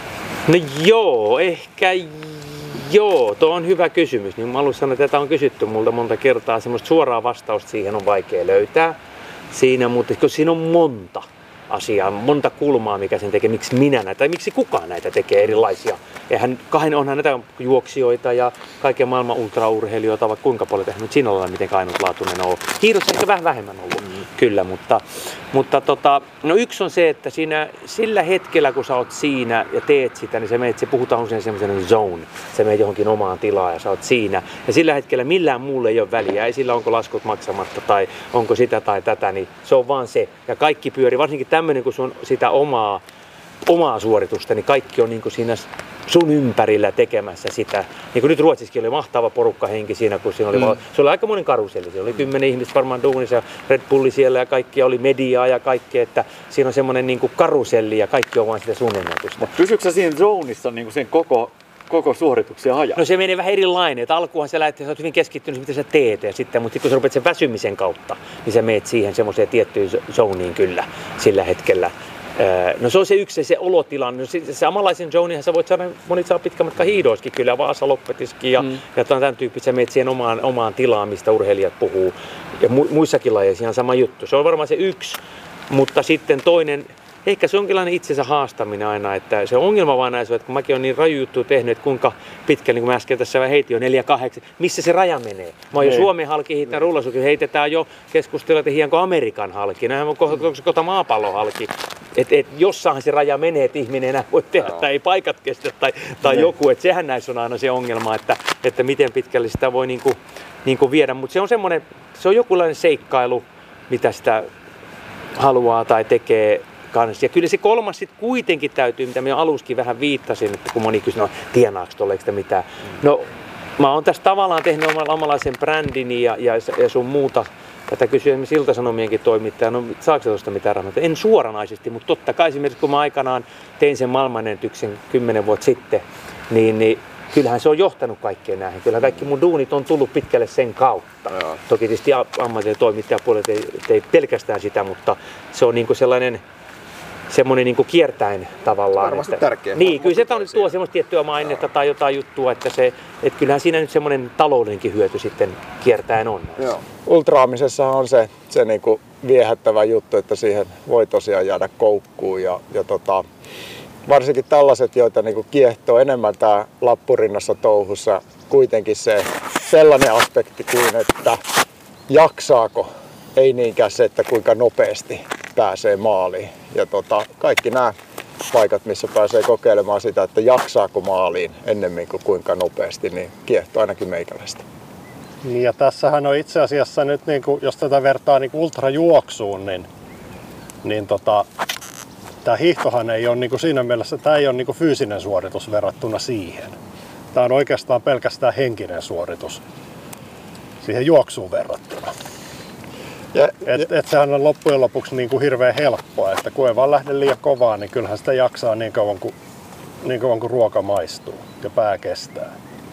No joo, ehkä joo, tuo on hyvä kysymys. Niin mä haluan sanoa, että tätä on kysytty multa monta kertaa. Semmoista suoraa vastausta siihen on vaikea löytää siinä, mutta kun siinä on monta asiaa, monta kulmaa, mikä sen tekee, miksi minä näitä, tai miksi kukaan näitä tekee erilaisia. Eihän, kahden, onhan näitä juoksijoita ja kaiken maailman ultraurheilijoita, vaikka kuinka paljon tehnyt, mutta siinä ollaan mitenkään ainutlaatuinen ole. Hiidossa ehkä vähän vähemmän ollut, mm. kyllä, mutta, mutta tota, no yksi on se, että siinä, sillä hetkellä, kun sä oot siinä ja teet sitä, niin se meet, se puhutaan usein semmoisen zone, se meet johonkin omaan tilaan ja sä oot siinä. Ja sillä hetkellä millään muulle ei ole väliä, ei sillä onko laskut maksamatta tai onko sitä tai tätä, niin se on vaan se. Ja kaikki pyörii, varsinkin tämmöinen, kun se on sitä omaa omaa suoritusta, niin kaikki on niin kuin siinä sun ympärillä tekemässä sitä. Niin kuin nyt Ruotsissakin oli mahtava porukkahenki siinä, kun siinä oli, mm. se oli aika monen karuselli. Siellä oli kymmenen ihmistä varmaan duunissa ja Red Bulli siellä ja kaikkia oli mediaa ja kaikki, että siinä on semmoinen niin kuin karuselli ja kaikki on vaan sitä sun ennätystä. Pysyykö sä siinä zoneissa niin kuin sen koko koko suorituksia ajan? No se menee vähän erilainen, että alkuunhan sä lähdet, sä oot hyvin keskittynyt, mitä sä teet, ja sitten, mutta sitten kun sä rupeat sen väsymisen kautta, niin sä meet siihen semmoiseen tiettyyn zoniin kyllä sillä hetkellä. No se on se yksi se olotilanne. No se, se samanlaisen zoniinhan sä voit saada, monit saa pitkän matkan hiidoiskin kyllä, Vaasa, Loppetiskin ja, mm. ja tämän tyyppistä, sä meet siihen omaan, omaan tilaan, mistä urheilijat puhuu. Ja mu, muissakin lajeissa ihan sama juttu. Se on varmaan se yksi, mutta sitten toinen, ehkä se onkinlainen itsensä haastaminen aina, että se ongelma vaan näissä, että kun mäkin olen niin raju juttu tehnyt, että kuinka pitkälle, niin kuin mä äsken tässä heitin jo neljä kahdeksan, missä se raja menee? Mä oon jo Suomen halki heittänyt rullasukin, heitetään jo keskustelua, että hienko Amerikan halki, näinhän on kohta maapallon halki. Että et jossain se raja menee, että ihminen enää voi tehdä, no. tai ei paikat kestä, tai, tai joku, että sehän näissä on aina se ongelma, että, että miten pitkälle sitä voi niinku, niinku viedä, mutta se on semmoinen, se on jokinlainen seikkailu, mitä sitä haluaa tai tekee. Kanssa. Ja kyllä se kolmas sitten kuitenkin täytyy, mitä minä aluskin vähän viittasin, että kun moni kysyi, no tienaako tuolla sitä mitään. Mm. No mä oon tässä tavallaan tehnyt omalaisen brändini ja, ja, ja sun muuta. Tätä kysyi esimerkiksi Ilta-Sanomienkin toimittaja, no saako se tuosta mitään rahaa? En suoranaisesti, mutta totta kai esimerkiksi kun mä aikanaan tein sen maailmanennätyksen kymmenen vuotta sitten, niin, niin kyllähän se on johtanut kaikkeen näihin. Kyllä kaikki mun duunit on tullut pitkälle sen kautta. Joo. Toki tietysti ammatillinen toimittajapuolet ei, ei pelkästään sitä, mutta se on niinku sellainen semmoinen niin kuin kiertäen tavallaan. Varmasti että, tärkeä. Niin, kyllä se tuo semmoista tiettyä mainetta tai jotain juttua, että, se, että kyllähän siinä nyt semmoinen taloudenkin hyöty sitten kiertäen on. Joo. Ultraamisessa on se, se niin kuin viehättävä juttu, että siihen voi tosiaan jäädä koukkuun ja, ja tota, varsinkin tällaiset, joita niin kuin kiehtoo enemmän tää lappurinnassa touhussa, kuitenkin se sellainen aspekti kuin, että jaksaako, ei niinkään se, että kuinka nopeasti pääsee maaliin. Ja tota, kaikki nämä paikat, missä pääsee kokeilemaan sitä, että jaksaako maaliin ennemmin kuin kuinka nopeasti, niin kiehtoo ainakin meikäläistä. Niin ja tässähän on itse asiassa nyt, niin kuin, jos tätä vertaa niin kuin ultrajuoksuun, niin, niin tota, tämä hiihtohan ei ole niin kuin siinä mielessä, tämä ei ole niin kuin fyysinen suoritus verrattuna siihen. Tämä on oikeastaan pelkästään henkinen suoritus siihen juoksuun verrattuna. Ja, et, et sehän on loppujen lopuksi niin kuin hirveän helppoa, että kun ei vaan lähde liian kovaa, niin kyllähän sitä jaksaa niin kauan kuin, niin kauan kuin ruoka maistuu ja pää kestää.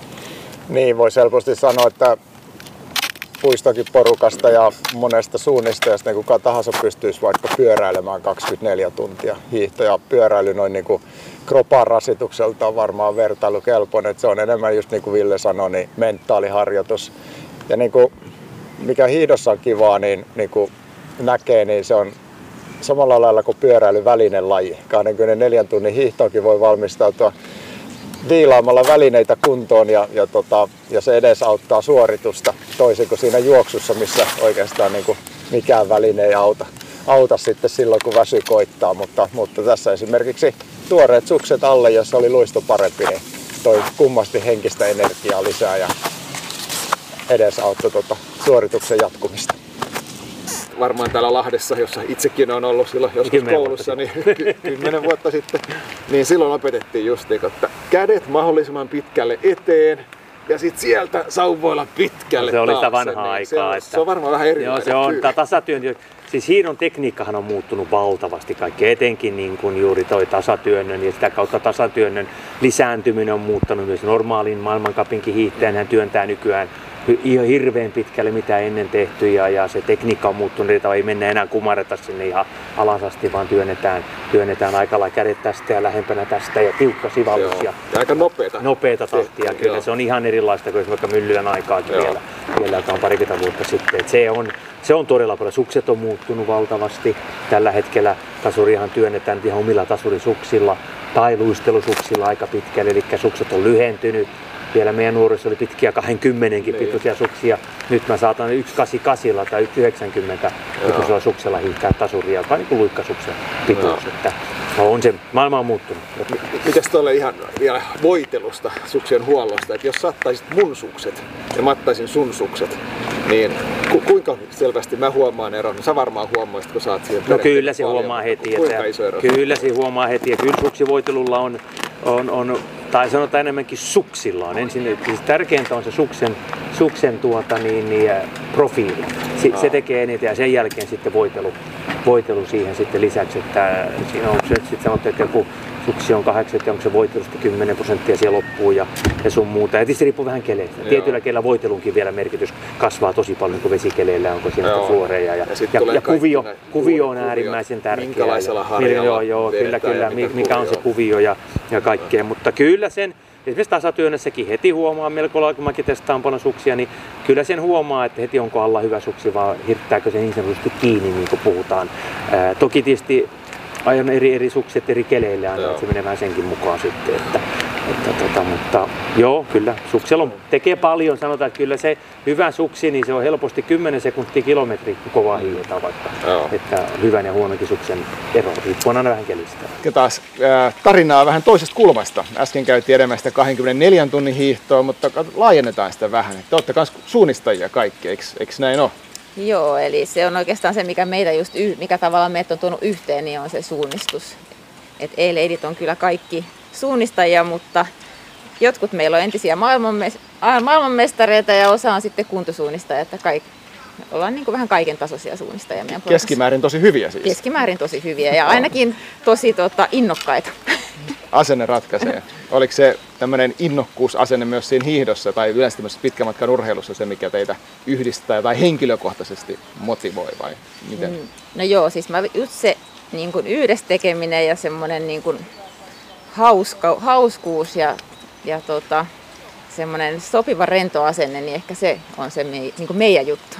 Niin, voisi helposti sanoa, että puistokin porukasta ja monesta suunnistajasta niin kuka tahansa pystyisi vaikka pyöräilemään kaksikymmentäneljä tuntia. Hiihto ja pyöräily noin niin kuin kropan rasitukselta on varmaan vertailukelpoinen. Että se on enemmän just niin kuin Ville sanoi, niin mentaaliharjoitus. Ja niin kuin mikä hiihdossa on kivaa, niin, niin kuin näkee, niin se on samalla lailla kuin pyöräily välinelaji. kaksikymmentäneljän tunnin hiihtoonkin voi valmistautua viilaamalla välineitä kuntoon ja, ja, tota, ja se edesauttaa suoritusta toisin kuin siinä juoksussa, missä oikeastaan niin kuin mikään väline ei auta, auta sitten silloin, kun väsy koittaa. Mutta, mutta tässä esimerkiksi tuoreet sukset alle, jossa oli luisto parempi, niin toi kummasti henkistä energiaa lisää ja edesauttoi tota suorituksen jatkumista. Varmaan täällä Lahdessa, jossa itsekin on ollut silloin joskus koulussa, niin kymmenen vuotta sitten, niin silloin opetettiin just niin, että kädet mahdollisimman pitkälle eteen ja sitten sieltä sauvoilla pitkälle no, se oli sitä taakse, vanhaa niin aikaa. se on, että... se on varmaan vähän erilainen. Joo, se on tämä tasatyön. Siis hiidon tekniikkahan on muuttunut valtavasti kaikki, etenkin niin kuin juuri toi tasatyönnön ja sitä kautta tasatyönnön lisääntyminen on muuttanut myös normaalin maailmancupinkin hiihtäjän. Hän työntää nykyään ihan hirveän pitkälle mitä ennen tehty ja, ja se tekniikka on muuttunut, että ei mennä enää kumarreta sinne ihan alas asti, vaan työnnetään, työnnetään aika lailla kädet tästä ja lähempänä tästä ja tiukka sivallus. Ja, ja aika nopeeta. Nopeeta tahtia, kyllä joo. Se on ihan erilaista kuin vaikka Myllylän aikaakin joo. vielä, vielä joka on parikymmentä vuotta sitten. Et se, on, se on todella paljon, sukset on muuttunut valtavasti. Tällä hetkellä tasurihan työnnetään ihan omilla tasurisuksilla tai luistelusuksilla aika pitkälle, eli sukset on lyhentynyt. Vielä meidän nuorissa oli pitkiä kaksikymmentäkin pituisia suksia. Nyt mä saatan yksi kahdeksankymmentäkahdeksan tai yksi yhdeksänkymmentä pituisella suksella hiihtää tasuria, joka on niin kuin luikkasuksen pituus. Että on se, maailma on muuttunut. Mitäs tuolle ihan vielä voitelusta, suksien huollosta, että jos sä ottaisit mun sukset ja mä ottaisin sun sukset, niin Ku, kuinka selvästi mä huomaan eron? Sä varmaan huomaisit, kun sä oot siihen. No kyllä se huomaa heti. Kuinka iso ero? Kyllä se huomaa heti. Ja kyllä suksivoitelulla on, on, on, tai sanotaan enemmänkin suksilla on. Ensin, siis tärkeintä on se suksen, suksen tuota, niin, niin, profiili. Se, se tekee eniten ja sen jälkeen sitten voitelu, voitelu siihen sitten lisäksi. Että siinä on se, sitten sanottu, että joku suksi on kahdeksan, ja onko se voitelusta kymmenen prosenttia siellä loppuu ja, ja sun muuta. Ja tietysti riippuu vähän keleistä. Joo. Tietyillä keleillä voitelunkin vielä merkitys kasvaa tosi paljon kuin vesikeleillä, onko siinä fluoreja. Ja, ja, ja, ja kuvio, kuvio on äärimmäisen tärkeä. Minkälaisella harjalla Joo, joo kyllä, kyllä. Mikä on se kuvio ja, ja kaikkea. Mutta kyllä sen, esimerkiksi tasatyönnössäkin heti huomaa, melko lailla kun mäkin testaan paljon suksia, niin kyllä sen huomaa, että heti onko alla hyvä suksi, vai hirttääkö se niin sanotusti kiinni, niin kuin puhutaan. Ää, toki tietysti aion eri, eri sukset eri keleille aina, että se menee vähän senkin mukaan sitten. Että, että, tota, mutta joo, kyllä suksella on, tekee paljon, sanotaan, että kyllä se hyvä suksi, niin se on helposti kymmenen sekuntia kilometri, kun kovaa hiiletään vaikka. Joo. Että hyvän ja huononkin suksen ero, riippuu aina vähän kelistä. Ja taas äh, tarinaa vähän toisesta kulmasta. Äsken käytiin enemmän sitä kaksikymmentäneljän tunnin hiihtoa, mutta laajennetaan sitä vähän. Te olette myös suunnistajia kaikki, eikö, eikö näin ole? Joo, eli se on oikeastaan se, mikä meitä just, mikä tavallaan meitä on tuonut yhteen, niin on se suunnistus. Et e-leidit on kyllä kaikki suunnistajia, mutta jotkut meillä on entisiä maailmanmestareita ja osa on sitten kuntosuunnistajia, että kaikki, ollaan niin kuin vähän kaiken tasoisia suunnistajia meidän porukassa. Keskimäärin tosi hyviä siis. Keskimäärin tosi hyviä ja ainakin tosi tota, innokkaita. Asenne ratkaisee. Oliko se tämmöinen innokkuusasenne myös siinä hiihdossa tai yleensä myös pitkän matkan urheilussa se, mikä teitä yhdistää tai henkilökohtaisesti motivoi vai miten? Mm, no joo, siis mä, just se niin kuin yhdessä tekeminen ja semmoinen niin kuin hauska, hauskuus ja, ja tota, semmoinen sopiva rento asenne, niin ehkä se on se mei, niin kuin meidän juttu.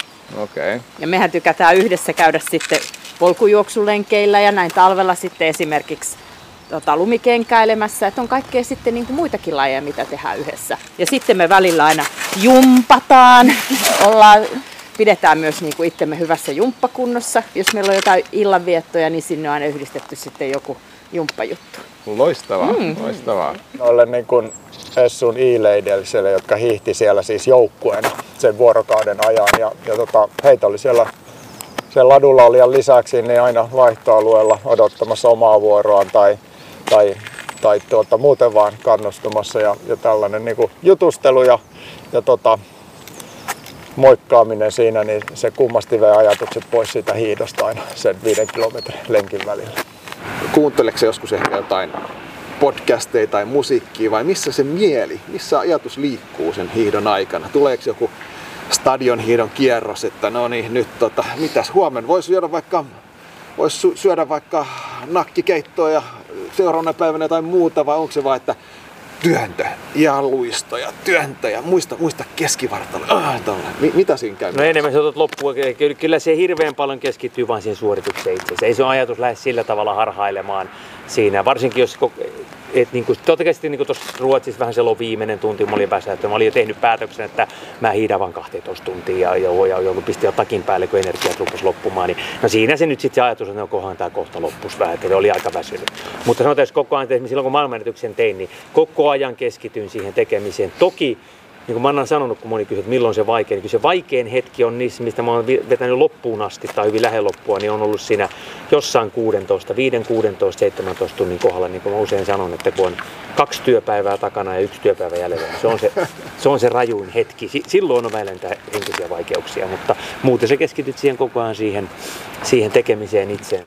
Okay. Ja mehän tykätään yhdessä käydä sitten polkujuoksulenkeillä ja näin talvella sitten esimerkiksi Tota, lumikenkäilemässä, että on kaikkea sitten niin kuin muitakin lajeja, mitä tehdään yhdessä. Ja sitten me välillä aina jumpataan, ollaan, pidetään myös niin kuin itsemme hyvässä jumppakunnossa. Jos meillä on jotain illanviettoja, niin sinne on aina yhdistetty sitten joku jumppajuttu. Loistavaa, mm. loistavaa. Noille niin kuin Essun e-leidellisille, jotka hiihti siellä siis joukkueena sen vuorokauden ajan. Ja, ja tota, heitä oli siellä, siellä ladulla oli lisäksi niin aina vaihtoalueella odottamassa omaa vuoroaan tai tai, tai tuota, muuten vaan kannustumassa ja, ja tällainen niin kuin jutustelu ja, ja tota, moikkaaminen siinä, niin se kummasti vei ajatukset pois siitä hiihdosta aina sen viiden kilometrin lenkin välillä. Kuunteleeko se joskus ehkä jotain podcasteja tai musiikkia vai missä se mieli, missä ajatus liikkuu sen hiihdon aikana? Tuleeko joku stadionhiihdon kierros, että no niin nyt tota, mitäs huomenna voisi syödä vaikka, voisi syödä vaikka nakkikeittoa ja seuraavana päivänä jotain muuta, vai onko se vaan, että työntö ja luisto ja työntö ja muista, muista keskivartalo. Ah, mitä siinä käy? No enemmän se otat loppuun. Kyllä se hirveän paljon keskittyy vain siihen suoritukseen itse. Ei se ole ajatus lähde sillä tavalla harhailemaan siinä. Varsinkin jos et niin kuin, totta kai niin tuossa Ruotsissa vähän silloin viimeinen tunti, mä olin päässyt, mä olin jo tehnyt päätöksen, että mä hiihdän vaan kaksitoista tuntia ja, ja, ja, ja pistin jo takin päälle, kun energiat rupesi loppumaan. Niin, no siinä se nyt sitten se ajatus, että no kohan tää kohta loppus vähän, että oli aika väsynyt. Mutta sanotaan, jos koko ajan, esimerkiksi silloin kun maailmanennätyksen tein, niin koko ajan keskityin siihen tekemiseen. Toki, niin kuin mä oon sanonut, kun moni kysyy, että milloin se vaikein, niin se vaikein hetki on niissä, mistä mä oon vetänyt loppuun asti tai hyvin lähellä loppua, niin on ollut siinä jossain kuusitoista, viisi, kuusitoista, seitsemäntoista tunnin kohdalla, niin kuin mä usein sanon, että kun on kaksi työpäivää takana ja yksi työpäivä jäljellä, niin se on se, se, on se rajuin hetki. Silloin on välillä niitä henkisiä vaikeuksia, mutta muuten sä keskityt siihen koko ajan siihen, siihen tekemiseen itseen.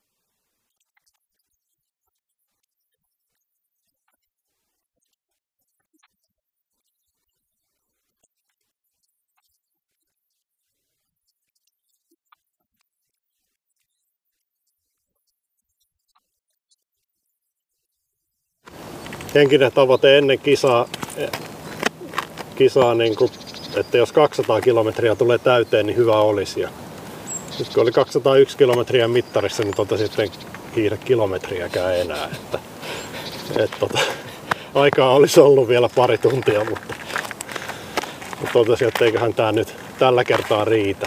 Henkinen tavoite ennen kisaa, kisaa niin kuin, että jos kaksisataa kilometriä tulee täyteen, niin hyvä olisi. Ja nyt kun oli kaksisataayksi kilometriä mittarissa, niin tota sitten hiihdä kilometriäkään enää. Että, et tota, aikaa olisi ollut vielä pari tuntia, mutta, mutta totesin, että eiköhän tämä nyt tällä kertaa riitä.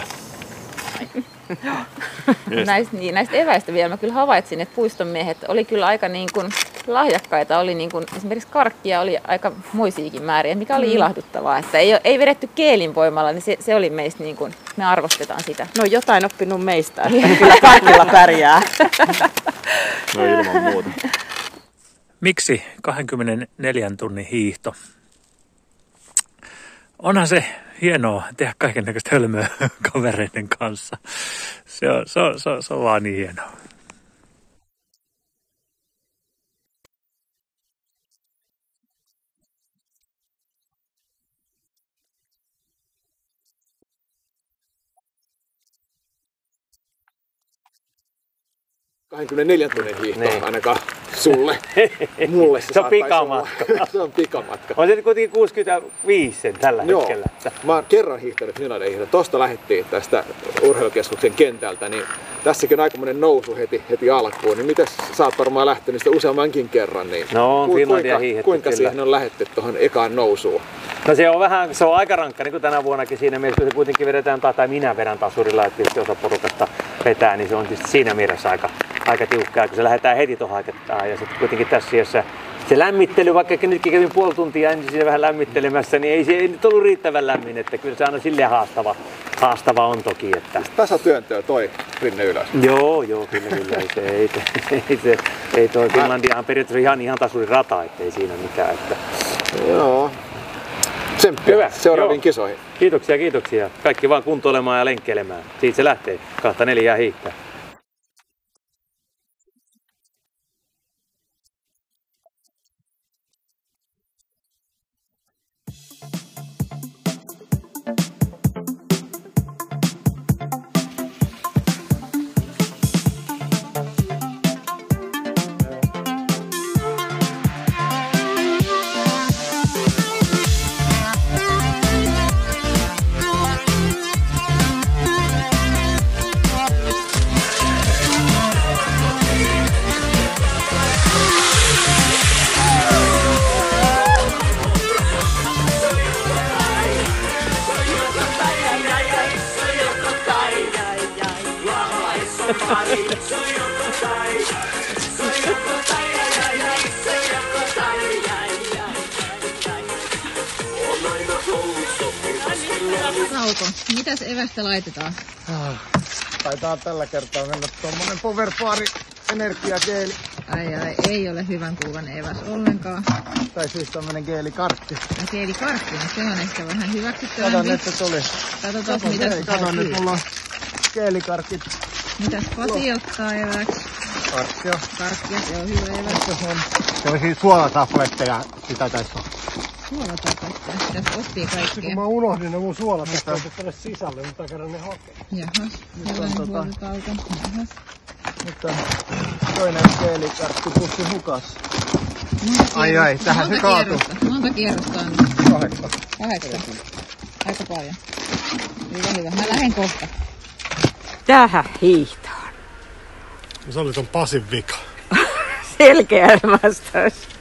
näistä, niin, näistä eväistä vielä mä kyllä havaitsin, että puiston miehet oli kyllä aika niin kuin lahjakkaita oli, niin kuin, esimerkiksi karkkia oli aika moisiakin määriä, mikä oli Mm. ilahduttavaa. Että ei, ei vedetty keelin voimalla, niin se, se oli meistä, niin kuin, me arvostetaan sitä. No jotain oppinut meistä, että kyllä karkilla pärjää. No ilman muuta. Miksi kaksikymmentäneljän tunnin hiihto? Onhan se hienoa tehdä kaikennäköistä hölmöä kavereiden kanssa. Se on, se on, se on, se on vaan niin hienoa. kaksikymmentäneljän tunnin hiihto Niin. ainakaan sulle. Mulle se, Se on saattaisi pikamatka. olla. Se on pikamatka. On se kuitenkin kuusikymmentäviisi sen tällä Joo. hetkellä. Että Mä oon kerran hiihtänyt Nyladen hiihto. Tosta lähdettiin tästä urheilukeskuksen kentältä, niin tässäkin on aikamoinen nousu heti, heti alkuun. Niin mites sä oot varmaan lähtenyt sitä useammankin kerran, niin No on ku- Finlandia kuinka, hiihetty kuinka kyllä. siihen on lähdetty tuohon ekaan nousuun? No se on vähän, se on aika rankka, niin kuin tänä vuonnakin siinä mielessä, kun se kuitenkin vedetään, tai minä vedän tasurilla, että tietysti osa porukasta vetää, niin se on tietysti siinä mielessä aika, aika tiukkaa, kun se lähdetään heti tuohon aikaan. Ja sitten kuitenkin tässä jossa se lämmittely, vaikka nytkin kävin puoli tuntia ensin siinä vähän lämmittelemässä, niin ei se ei nyt ollut riittävän lämmin, että kyllä se aina silleen haastava, haastava on toki. Että Tasatyöntöä toi rinne ylös. Joo, joo, kyllä, kyllä. Ei, se, ei, ei, se, ei toi Finlandiahan periaatteessa ihan, ihan tasurin rata, ettei siinä mitään. Että. Joo. Tsemppiä Hyvä, seuraaviin joo. kisoihin. Kiitoksia, kiitoksia. Kaikki vaan kuntoilemaan ja lenkkeilemään. Siitä se lähtee. Kahta neljää hiihtää. Rauko, mitäs evästä laitetaan? Taitaa tällä kertaa mennä tuommoinen Powerpari energiageeli. Ai ai, ei ole hyvän kuulonen eväs ollenkaan. Tai siis tämmönen geelikarkki. Ja geelikarkki, niin se on ehkä vähän Kato hyväksyttävämpi. nyt, että tuli. Katsotaan, Kato, mitäs, hei, kato nyt, mulla on geelikarkkit. mitäs Pasi ottaa eväksi. Karkkia. Karkkia, se on hyvä eväs. Tässä on. Se on siis suolatafletteja, sitä tässä on. Suolataketta, tässä oppii kaikkea. Mä unohdin ne mun suolatakkeet tänne sisälle, mutta kerran ne hakee. Jahas, sellainen tota- huoltotauko. Jahas. Nyt on toinen geelikarkki pussi hukassa. Monta Ai ai, kierrosta- tähän se monta kaatuu. kierrosta, monta kierrosta on nyt? Kahdeksan. Kahdeksan. Aika paljon. Hyvä, hyvä. Mä lähden kohta. Tähän hiihtoon. Se oli ton Pasin vika. Selkeä vastaus.